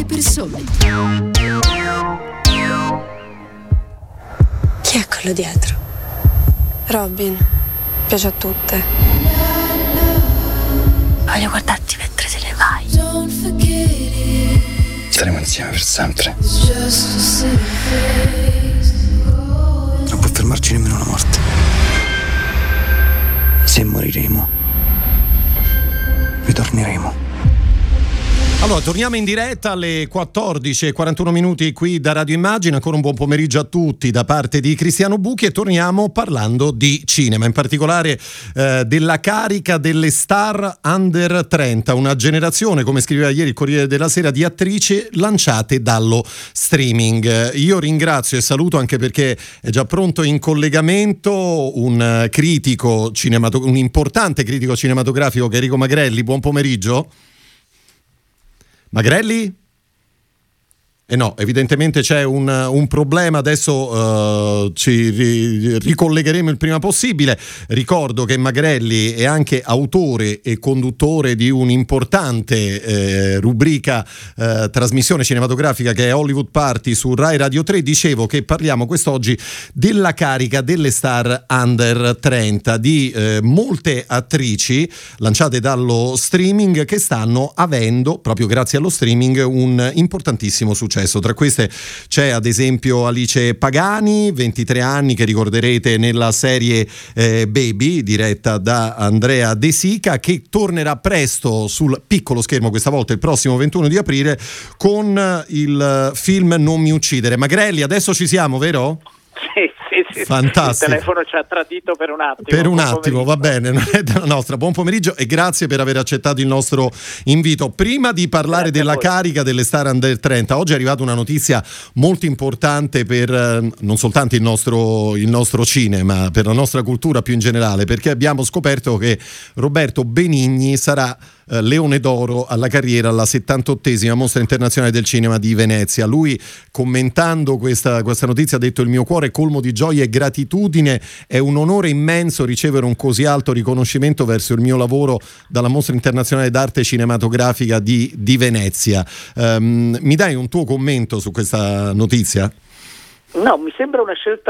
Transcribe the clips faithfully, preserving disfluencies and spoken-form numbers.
persone. Chi è quello dietro? Robin, piace a tutte. Voglio guardarti mentre te ne vai. Staremo insieme per sempre. Non può fermarci nemmeno la morte. Se moriremo, ritorneremo. Allora, torniamo in diretta alle quattordici e quarantuno minuti qui da Radio Immagine. Ancora un buon pomeriggio a tutti da parte di Cristiano Bucchi e torniamo parlando di cinema, in particolare eh, della carica delle star under trenta, una generazione, come scriveva ieri il Corriere della Sera, di attrici lanciate dallo streaming. Io ringrazio e saluto, anche perché è già pronto in collegamento, un critico cinematografico, un importante critico cinematografico, che è Enrico Magrelli. Buon pomeriggio. Magrelli? Eh no, evidentemente c'è un, un problema, adesso uh, ci ri- ricollegheremo il prima possibile. Ricordo che Magrelli è anche autore e conduttore di un'importante eh, rubrica, eh, trasmissione cinematografica, che è Hollywood Party su Rai Radio tre. Dicevo che parliamo quest'oggi della carica delle star under trenta, di eh, molte attrici lanciate dallo streaming che stanno avendo, proprio grazie allo streaming, un importantissimo successo. Tra queste c'è ad esempio Alice Pagani, ventitré anni, che ricorderete nella serie eh, Baby, diretta da Andrea De Sica, che tornerà presto sul piccolo schermo, questa volta il prossimo ventuno di aprile, con il film Non mi uccidere. Magrelli, adesso ci siamo, vero? Sì, sì, sì. Fantastico. Il telefono ci ha tradito per un attimo. Per un Buon attimo, pomeriggio. va bene, non è della nostra. Buon pomeriggio e grazie per aver accettato il nostro invito. Prima di parlare Grazie della carica delle star under trenta, oggi è arrivata una notizia molto importante per eh, non soltanto il nostro, il nostro cinema, per la nostra cultura più in generale, perché abbiamo scoperto che Roberto Benigni sarà eh, Leone d'Oro alla carriera alla settantottesima Mostra Internazionale del Cinema di Venezia. Lui, commentando questa, questa notizia, ha detto: il mio cuore è colmo di gioia e gratitudine, è un onore immenso ricevere un così alto riconoscimento verso il mio lavoro dalla Mostra Internazionale d'Arte Cinematografica di, di Venezia. Um, mi dai un tuo commento su questa notizia? No, mi sembra una scelta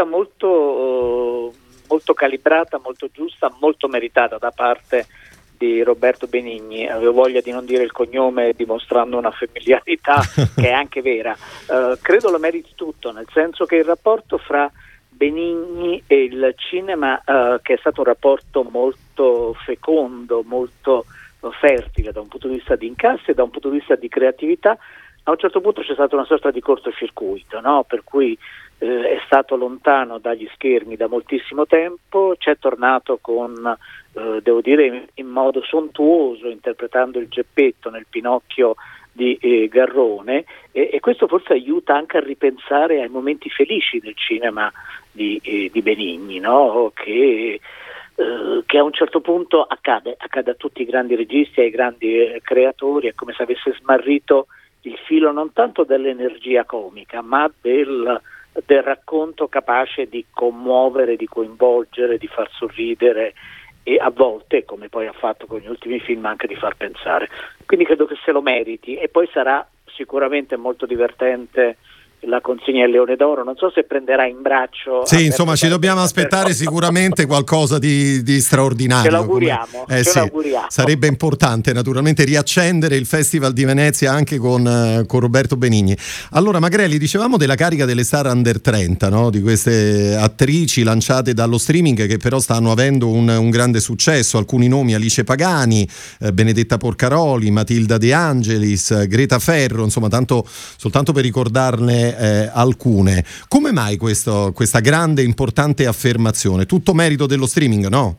molto, molto calibrata, molto giusta, molto meritata da parte di Roberto Benigni. Avevo voglia di non dire il cognome, dimostrando una familiarità che è anche vera. Uh, credo lo meriti tutto, nel senso che il rapporto fra Benigni e il cinema, uh, che è stato un rapporto molto fecondo, molto uh, fertile da un punto di vista di incassi e da un punto di vista di creatività, a un certo punto c'è stata una sorta di cortocircuito, no? Per cui eh, è stato lontano dagli schermi da moltissimo tempo, c'è tornato con, eh, devo dire, in modo sontuoso, interpretando il Geppetto nel Pinocchio di eh, Garrone, e, e questo forse aiuta anche a ripensare ai momenti felici del cinema di, eh, di Benigni, no? Che, eh, che a un certo punto accade, accade a tutti i grandi registi, ai grandi eh, creatori, è come se avesse smarrito il filo non tanto dell'energia comica, ma del, del racconto capace di commuovere, di coinvolgere, di far sorridere e a volte, come poi ha fatto con gli ultimi film, anche di far pensare. Quindi credo che se lo meriti, e poi sarà sicuramente molto divertente la consegna del Leone d'Oro. Non so se prenderà in braccio. Sì, insomma, ci dobbiamo aspettare sicuramente qualcosa di, di straordinario. Ce l'auguriamo, come... eh, ce sì, l'auguriamo. Sarebbe importante naturalmente riaccendere il Festival di Venezia anche con, eh, con Roberto Benigni. Allora, Magrelli, dicevamo della carica delle star under trenta, no? Di queste attrici lanciate dallo streaming, che però stanno avendo un, un grande successo. Alcuni nomi: Alice Pagani, eh, Benedetta Porcaroli, Matilda De Angelis, eh, Greta Ferro, insomma, tanto soltanto per ricordarne Eh, alcune. Come mai questo, questa grande importante affermazione? Tutto merito dello streaming, no?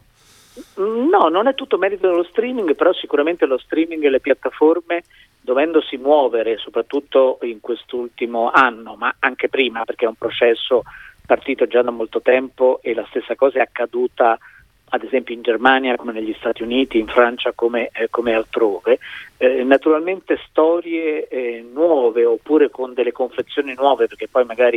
No, non è tutto merito dello streaming, però sicuramente lo streaming e le piattaforme, dovendosi muovere soprattutto in quest'ultimo anno, ma anche prima, perché è un processo partito già da molto tempo, e la stessa cosa è accaduta ad esempio in Germania come negli Stati Uniti, in Francia come, eh, come altrove, eh, naturalmente storie eh, nuove, oppure con delle confezioni nuove, perché poi magari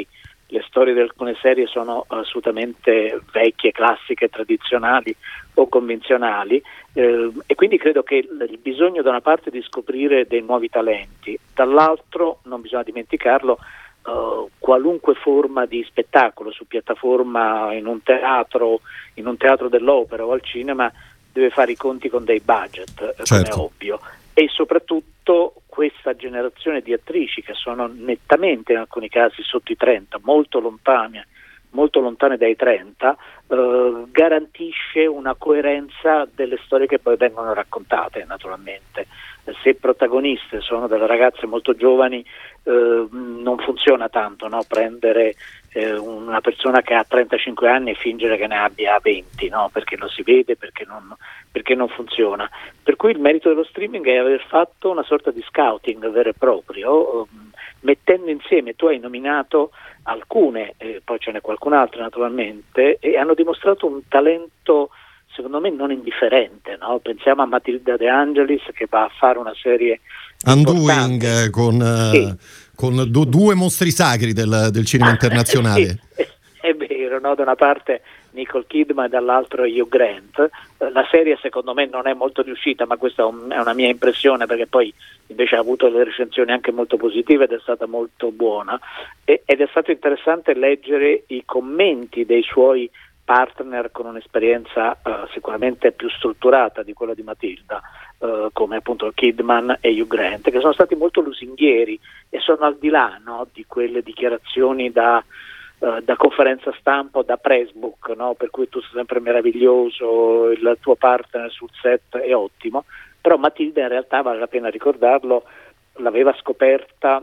le storie di alcune serie sono assolutamente vecchie, classiche, tradizionali o convenzionali, eh, e quindi credo che il bisogno da una parte di scoprire dei nuovi talenti, dall'altro non bisogna dimenticarlo, Uh, qualunque forma di spettacolo su piattaforma, in un teatro, in un teatro dell'opera o al cinema, deve fare i conti con dei budget, certo. come è ovvio, e soprattutto questa generazione di attrici che sono nettamente in alcuni casi sotto i trenta, molto lontane, molto lontane dai trenta, uh, garantisce una coerenza delle storie che poi vengono raccontate, naturalmente. Se protagoniste sono delle ragazze molto giovani, eh, non funziona tanto, no? Prendere eh, una persona che ha trentacinque anni e fingere che ne abbia venti, no? Perché lo si vede, perché non, perché non funziona. Per cui il merito dello streaming è aver fatto una sorta di scouting vero e proprio, eh, mettendo insieme, tu hai nominato alcune, eh, poi ce n'è qualcun'altra naturalmente, e hanno dimostrato un talento secondo me non indifferente, no? Pensiamo a Matilda De Angelis che va a fare una serie Undoing eh, con, eh, sì. con du- due mostri sacri del, del cinema internazionale. Sì, è vero, no? Da una parte Nicole Kidman e dall'altro Hugh Grant. La serie secondo me non è molto riuscita, ma questa è una mia impressione, perché poi invece ha avuto delle recensioni anche molto positive ed è stata molto buona, e, ed è stato interessante leggere i commenti dei suoi partner con un'esperienza uh, sicuramente più strutturata di quella di Matilda, uh, come appunto Kidman e Hugh Grant, che sono stati molto lusinghieri e sono al di là, no, di quelle dichiarazioni da, uh, da conferenza stampa o da pressbook, no, per cui tu sei sempre meraviglioso, il tuo partner sul set è ottimo, però Matilda in realtà, vale la pena ricordarlo, l'aveva scoperta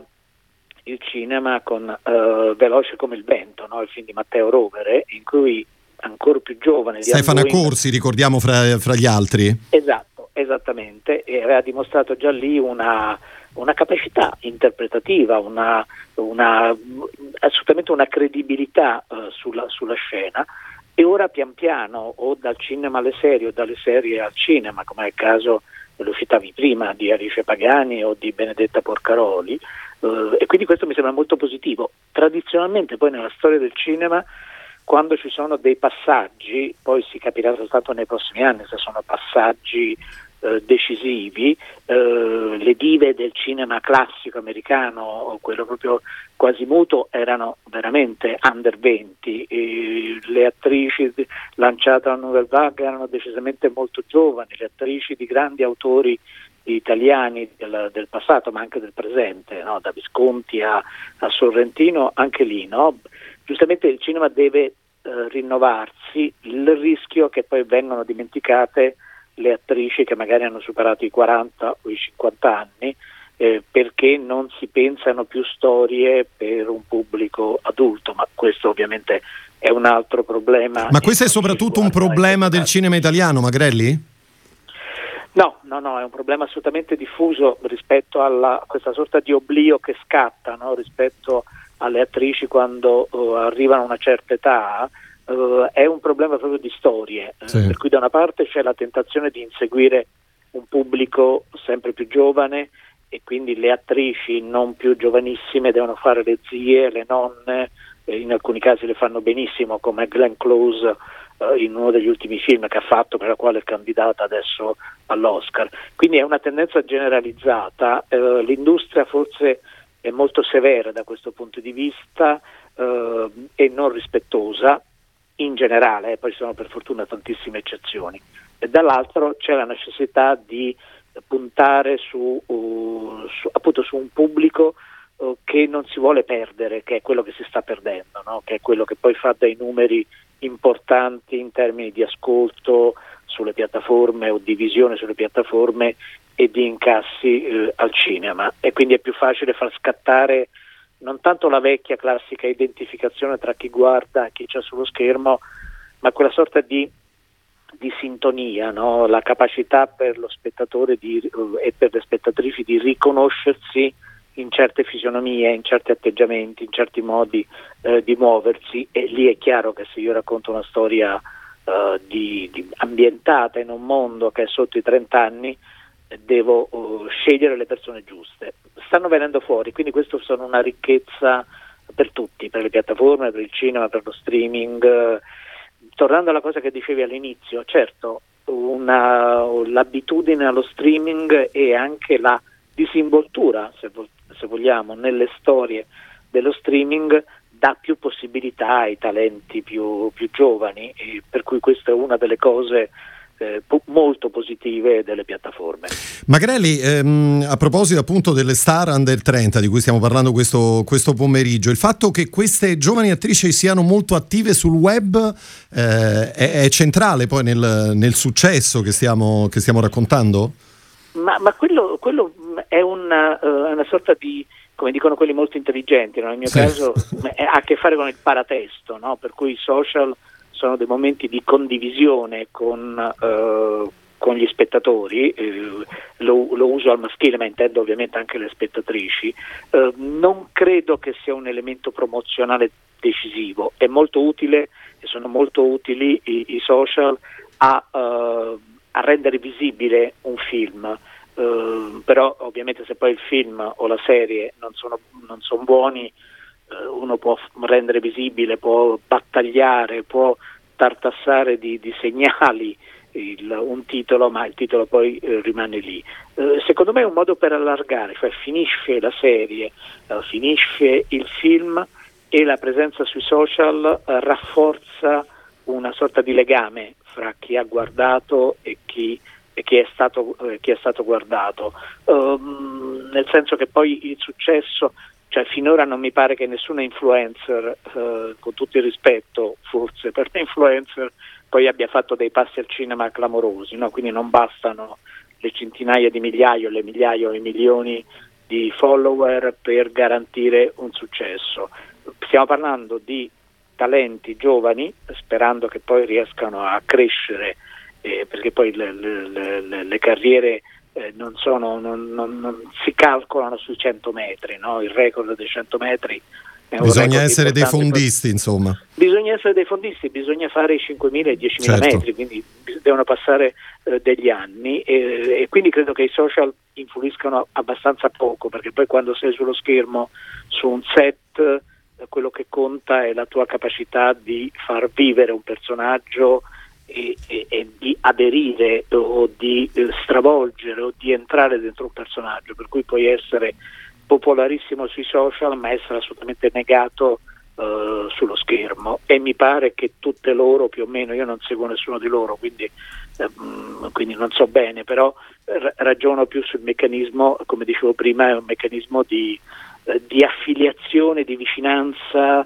il cinema con uh, Veloce come il vento, no, il film di Matteo Rovere, in cui ancora più giovane Stefano Accorsi, ricordiamo fra, fra gli altri. Esatto, esattamente, e aveva dimostrato già lì una, una capacità interpretativa, una, una assolutamente una credibilità uh, sulla, sulla scena, e ora pian piano, o dal cinema alle serie o dalle serie al cinema, come è il caso, lo citavi prima, di Alice Pagani o di Benedetta Porcaroli, uh, e quindi questo mi sembra molto positivo. Tradizionalmente poi nella storia del cinema, quando ci sono dei passaggi, poi si capirà soltanto nei prossimi anni se sono passaggi eh, decisivi, eh, le dive del cinema classico americano, quello proprio quasi muto, erano veramente under venti, e le attrici lanciate alla Nouvelle Vague erano decisamente molto giovani, le attrici di grandi autori italiani del, del passato ma anche del presente, no? Da Visconti a, a Sorrentino, anche lì, no? Giustamente il cinema deve eh, rinnovarsi, il rischio che poi vengano dimenticate le attrici che magari hanno superato i quaranta o i cinquanta anni, eh, perché non si pensano più storie per un pubblico adulto, ma questo ovviamente è un altro problema. Ma questo è soprattutto un problema del cinema italiano, Magrelli? No, no, no, è un problema assolutamente diffuso rispetto alla questa sorta di oblio che scatta, no? Rispetto alle attrici quando uh, arrivano a una certa età, uh, è un problema proprio di storie, sì. Per cui da una parte c'è la tentazione di inseguire un pubblico sempre più giovane, e quindi le attrici non più giovanissime devono fare le zie, le nonne, e in alcuni casi le fanno benissimo, come Glenn Close uh, in uno degli ultimi film che ha fatto, per la quale è candidata adesso all'Oscar. Quindi è una tendenza generalizzata, uh, l'industria forse è molto severa da questo punto di vista eh, e non rispettosa in generale, eh, poi ci sono per fortuna tantissime eccezioni, e dall'altro c'è la necessità di puntare su, uh, su appunto su un pubblico uh, che non si vuole perdere, che è quello che si sta perdendo, no? Che è quello che poi fa dei numeri importanti in termini di ascolto sulle piattaforme o di visione sulle piattaforme e di incassi eh, al cinema, e quindi è più facile far scattare non tanto la vecchia classica identificazione tra chi guarda e chi c'è sullo schermo, ma quella sorta di, di sintonia, no? La capacità per lo spettatore di, e per le spettatrici di riconoscersi in certe fisionomie, in certi atteggiamenti, in certi modi eh, di muoversi, e lì è chiaro che se io racconto una storia eh, di, di ambientata in un mondo che è sotto i trenta anni, devo uh, scegliere le persone giuste. Stanno venendo fuori, quindi questo sono una ricchezza per tutti, per le piattaforme, per il cinema, per lo streaming. Tornando alla cosa che dicevi all'inizio, certo, una, l'abitudine allo streaming e anche la disinvoltura, se, vo- se vogliamo, nelle storie dello streaming dà più possibilità ai talenti più, più giovani, e per cui questa è una delle cose eh, po- molto positive delle piattaforme. Magrelli, ehm, a proposito appunto delle star under trenta di cui stiamo parlando questo, questo pomeriggio, il fatto che queste giovani attrici siano molto attive sul web eh, è, è centrale poi nel, nel successo che stiamo, che stiamo raccontando? Ma, ma quello, quello è una, uh, una sorta di, come dicono quelli molto intelligenti, no? Nel mio sì. caso è, ha a che fare con il paratesto, no? Per cui i social sono dei momenti di condivisione con, uh, con gli spettatori, eh, lo, lo uso al maschile ma intendo ovviamente anche le spettatrici. Uh, non credo che sia un elemento promozionale decisivo, è molto utile e sono molto utili i, i social a... Uh, a rendere visibile un film, uh, però ovviamente se poi il film o la serie non sono, non sono buoni, uh, uno può rendere visibile, può battagliare, può tartassare di, di segnali il, un titolo, ma il titolo poi uh, rimane lì. Uh, secondo me è un modo per allargare, cioè finisce la serie, uh, finisce il film e la presenza sui social uh, rafforza una sorta di legame fra chi ha guardato e chi, e chi, è, stato, eh, chi è stato guardato, um, nel senso che poi il successo, cioè finora non mi pare che nessun influencer, eh, con tutto il rispetto forse per l'influencer, poi abbia fatto dei passi al cinema clamorosi, no? Quindi non bastano le centinaia di migliaia, le migliaia o i milioni di follower per garantire un successo. Stiamo parlando di talenti giovani, sperando che poi riescano a crescere, eh, perché poi le, le, le, le carriere eh, non sono, non, non, non si calcolano sui cento metri, no? Il record dei cento metri è un bisogna essere dei importante, fondisti, insomma. Bisogna essere dei fondisti, bisogna fare i cinquemila e i diecimila certo. metri, quindi devono passare eh, degli anni e, e quindi credo che i social influiscano abbastanza poco, perché poi quando sei sullo schermo su un set, quello che conta è la tua capacità di far vivere un personaggio e, e, e di aderire o di eh, stravolgere o di entrare dentro un personaggio, per cui puoi essere popolarissimo sui social ma essere assolutamente negato eh, sullo schermo, e mi pare che tutte loro più o meno, io non seguo nessuno di loro quindi, eh, quindi non so bene, però r- ragiono più sul meccanismo, come dicevo prima, è un meccanismo di di affiliazione, di vicinanza,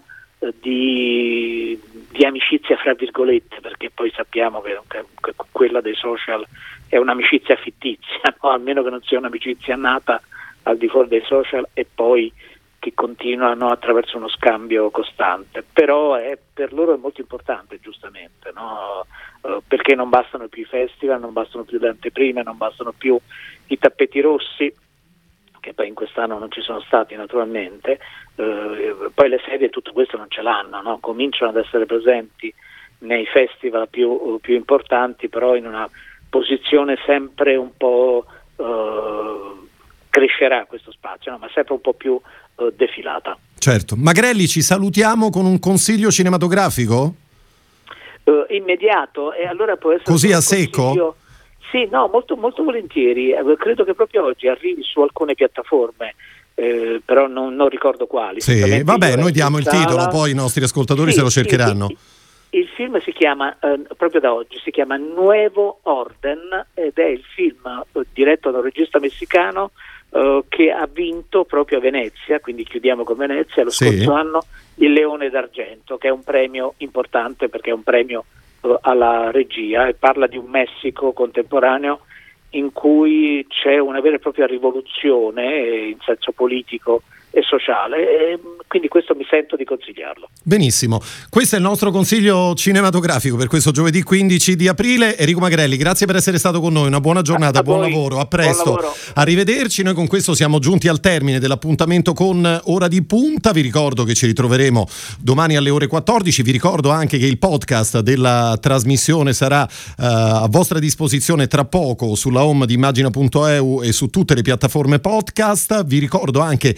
di, di amicizia fra virgolette, perché poi sappiamo che, che quella dei social è un'amicizia fittizia, no? Almeno che non sia un'amicizia nata al di fuori dei social e poi che continuano attraverso uno scambio costante, però è, per loro è molto importante, giustamente, no? Uh, perché non bastano più i festival, non bastano più le anteprime, non bastano più i tappeti rossi, che poi in quest'anno non ci sono stati naturalmente, eh, poi le serie tutto questo non ce l'hanno, no? Cominciano ad essere presenti nei festival più, più importanti, però in una posizione sempre un po' eh, crescerà questo spazio, no? Ma sempre un po' più eh, defilata. Certo. Magrelli, ci salutiamo con un consiglio cinematografico? Uh, immediato, e allora può essere così a consiglio... secco? Sì, no, molto, molto volentieri. Eh, credo che proprio oggi arrivi su alcune piattaforme, eh, però non, non ricordo quali. Sì, vabbè, noi diamo il titolo, poi i nostri ascoltatori sì, se lo cercheranno. Il, il, il film si chiama, eh, proprio da oggi, si chiama Nuevo Orden ed è il film eh, diretto da un regista messicano eh, che ha vinto proprio a Venezia, quindi chiudiamo con Venezia, lo sì. scorso anno, il Leone d'Argento, che è un premio importante perché è un premio alla regia e parla di un Messico contemporaneo in cui c'è una vera e propria rivoluzione in senso politico e sociale, e quindi questo mi sento di consigliarlo. Benissimo, questo è il nostro consiglio cinematografico per questo giovedì quindici di aprile. Enrico Magrelli, grazie per essere stato con noi, una buona giornata, a, a buon voi. lavoro, a presto, lavoro. Arrivederci. Noi con questo siamo giunti al termine dell'appuntamento con Ora di Punta, vi ricordo che ci ritroveremo domani alle ore quattordici, vi ricordo anche che il podcast della trasmissione sarà uh, a vostra disposizione tra poco sulla home di immagina punto e u e su tutte le piattaforme podcast. Vi ricordo anche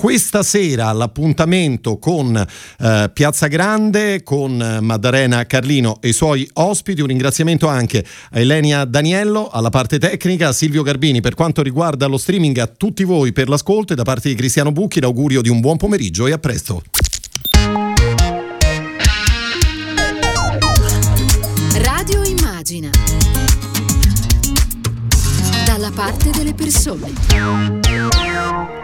questa sera l'appuntamento con eh, Piazza Grande, con Maddalena Carlino e i suoi ospiti. Un ringraziamento anche a Elenia Daniello alla parte tecnica, a Silvio Garbini per quanto riguarda lo streaming, a tutti voi per l'ascolto, e da parte di Cristiano Bucchi l'augurio di un buon pomeriggio e a presto. Radio Immagina, dalla parte delle persone.